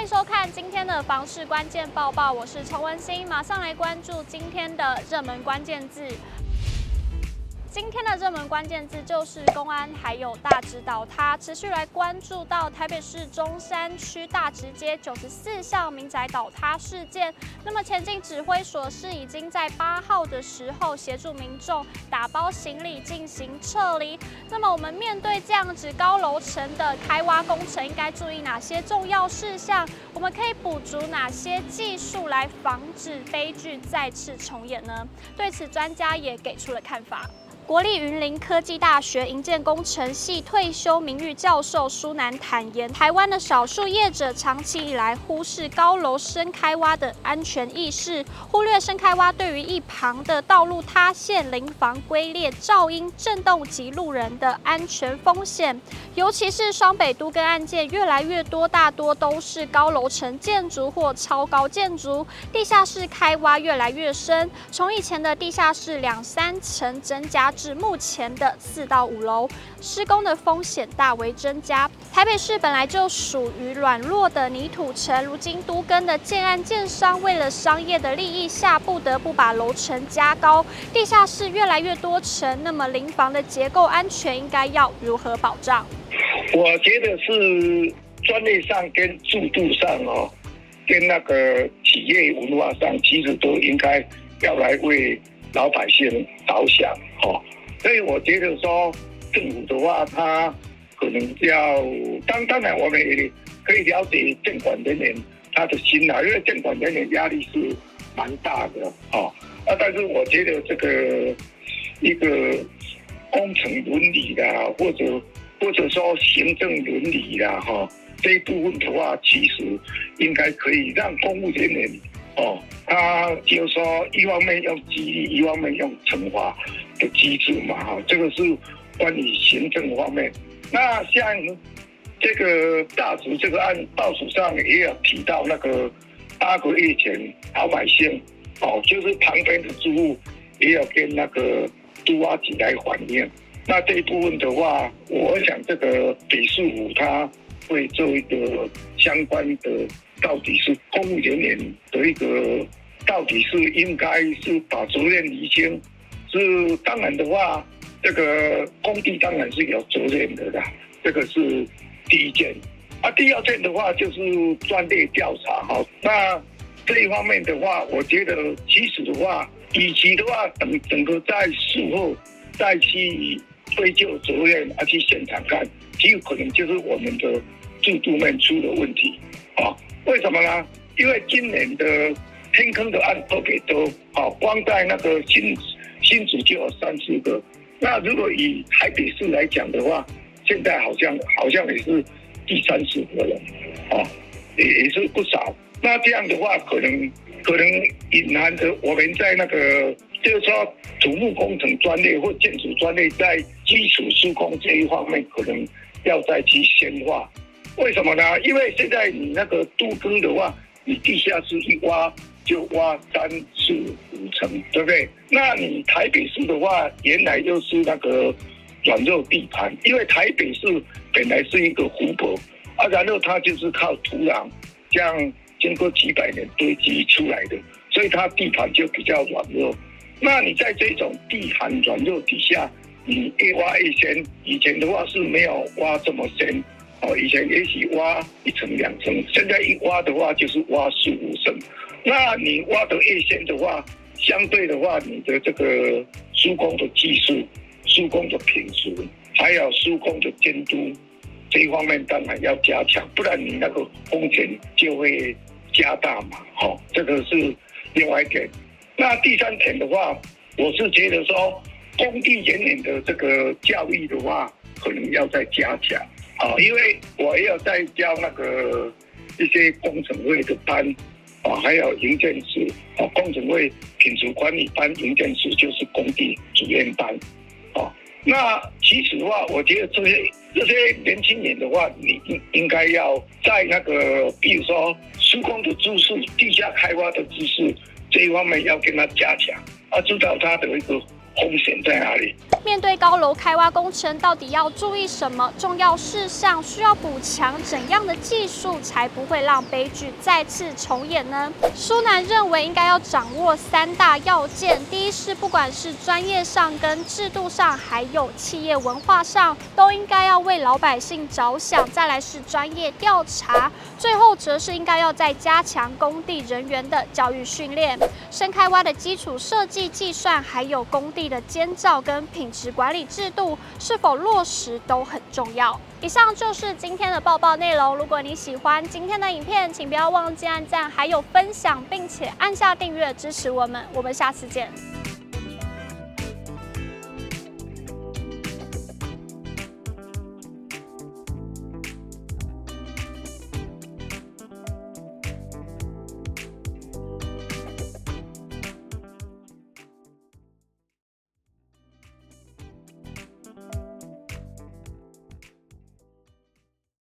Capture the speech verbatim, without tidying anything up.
迎收看今天的房市关键报报，我是陈文心，马上来关注今天的热门关键字。今天的热门关键字就是公安还有大直倒塌，持续来关注到台北市中山区大直街九十四巷民宅倒塌事件。那么前进指挥所是已经在八号的时候协助民众打包行李进行撤离。那么我们面对这样子高楼层的开挖工程，应该注意哪些重要事项？我们可以补足哪些技术来防止悲剧再次重演呢？对此，专家也给出了看法。国立云林科技大学营建工程系退休名誉教授舒南坦言，台湾的少数业者长期以来忽视高楼深开挖的安全意识，忽略深开挖对于一旁的道路塌陷、临房龟裂、噪音、震动及路人的安全风险。尤其是双北都更案件越来越多，大多都是高楼层建筑或超高建筑，地下室开挖越来越深，从以前的地下室两三层增加至目前的四到五楼，施工的风险大为增加。台北市本来就属于软弱的泥土城，如今都更的建案建商为了商业的利益下，不得不把楼层加高，地下室越来越多层，那么临房的结构安全应该要如何保障？ 我觉得是专业上跟制度上哦，跟那个企业文化上，其实都应该要来为老百姓着想哦。所以我觉得说，政府的话，他可能要当当然，我们也可以了解监管人员他的心啊，因为监管人员压力是蛮大的哦。啊，但是我觉得这个一个工程伦理啦，或者或者说行政伦理啦，哈、哦，这一部分的话，其实应该可以让公务人员哦，他就是说一方面用激励，一方面用惩罚的机制嘛，哈，这个是关于行政方面。那像这个大直这个案报纸上也有提到，那个八个月前老百姓哦，就是旁边的住户也有跟那个都挖局来反映。那这一部分的话，我想这个北市府他会做一个相关的，到底是公务人员的一个，到底是应该是把责任厘清。是当然的话，这个工地当然是有责任的啦，这个是第一件。啊，第二件的话就是专业调查哈。那这一方面的话，我觉得其实的话，与其的话等整个在事后再去追究责任，而去现场看，极有可能就是我们的制度面出了问题啊。为什么呢？因为今年的天坑的案特别多啊，光在那个新新竹就有三四个。那如果以台北市来讲的话，现在好像好像也是第三四个了啊，也也是不少。那这样的话，可能可能隐含着我们在那个。就是说，土木工程专业或建筑专业在基础施工这一方面，可能要再去深化。为什么呢？因为现在你那个都更的话，你地下室一挖就挖三四五层，对不对？那你台北市的话，原来又是那个软弱地盘，因为台北市本来是一个湖泊啊，然后它就是靠土壤这样经过几百年堆积出来的，所以它地盘就比较软弱。那你在这种地盘软弱底下，你越挖越深。以前的话是没有挖这么深，哦，以前也许挖一层两层，现在一挖的话就是挖四五层。那你挖得越深的话，相对的话，你的这个施工的技术、施工的品质，还有施工的监督这一方面，当然要加强，不然你那个风险就会加大嘛。好、哦，这个是另外一点。那第三点的话，我是觉得说，工地人员的这个教育的话，可能要再加强啊，因为我也要再教那个一些工程会的班啊，还有营建室啊，工程会品质管理班、营建室就是工地主任班啊。那其实的话，我觉得这些这些年轻人的话，你应应该要在那个，比如说施工的知识、地下开发的知识。这一方面要跟他加强，啊，知道他的一个风险在哪里。 面对高楼开挖工程，到底要注意什么重要事项？需要补强怎样的技术，才不会让悲剧再次重演呢？舒南认为应该要掌握三大要件：第一是不管是专业上、跟制度上，还有企业文化上，都应该要为老百姓着想；再来是专业调查，最后则是应该要再加强工地人员的教育训练。深开挖的基础设计计算，还有工地的监造跟品质管理制度是否落实都很重要。以上就是今天的报报内容。如果你喜欢今天的影片，请不要忘记按赞，还有分享，并且按下订阅支持我们。我们下次见。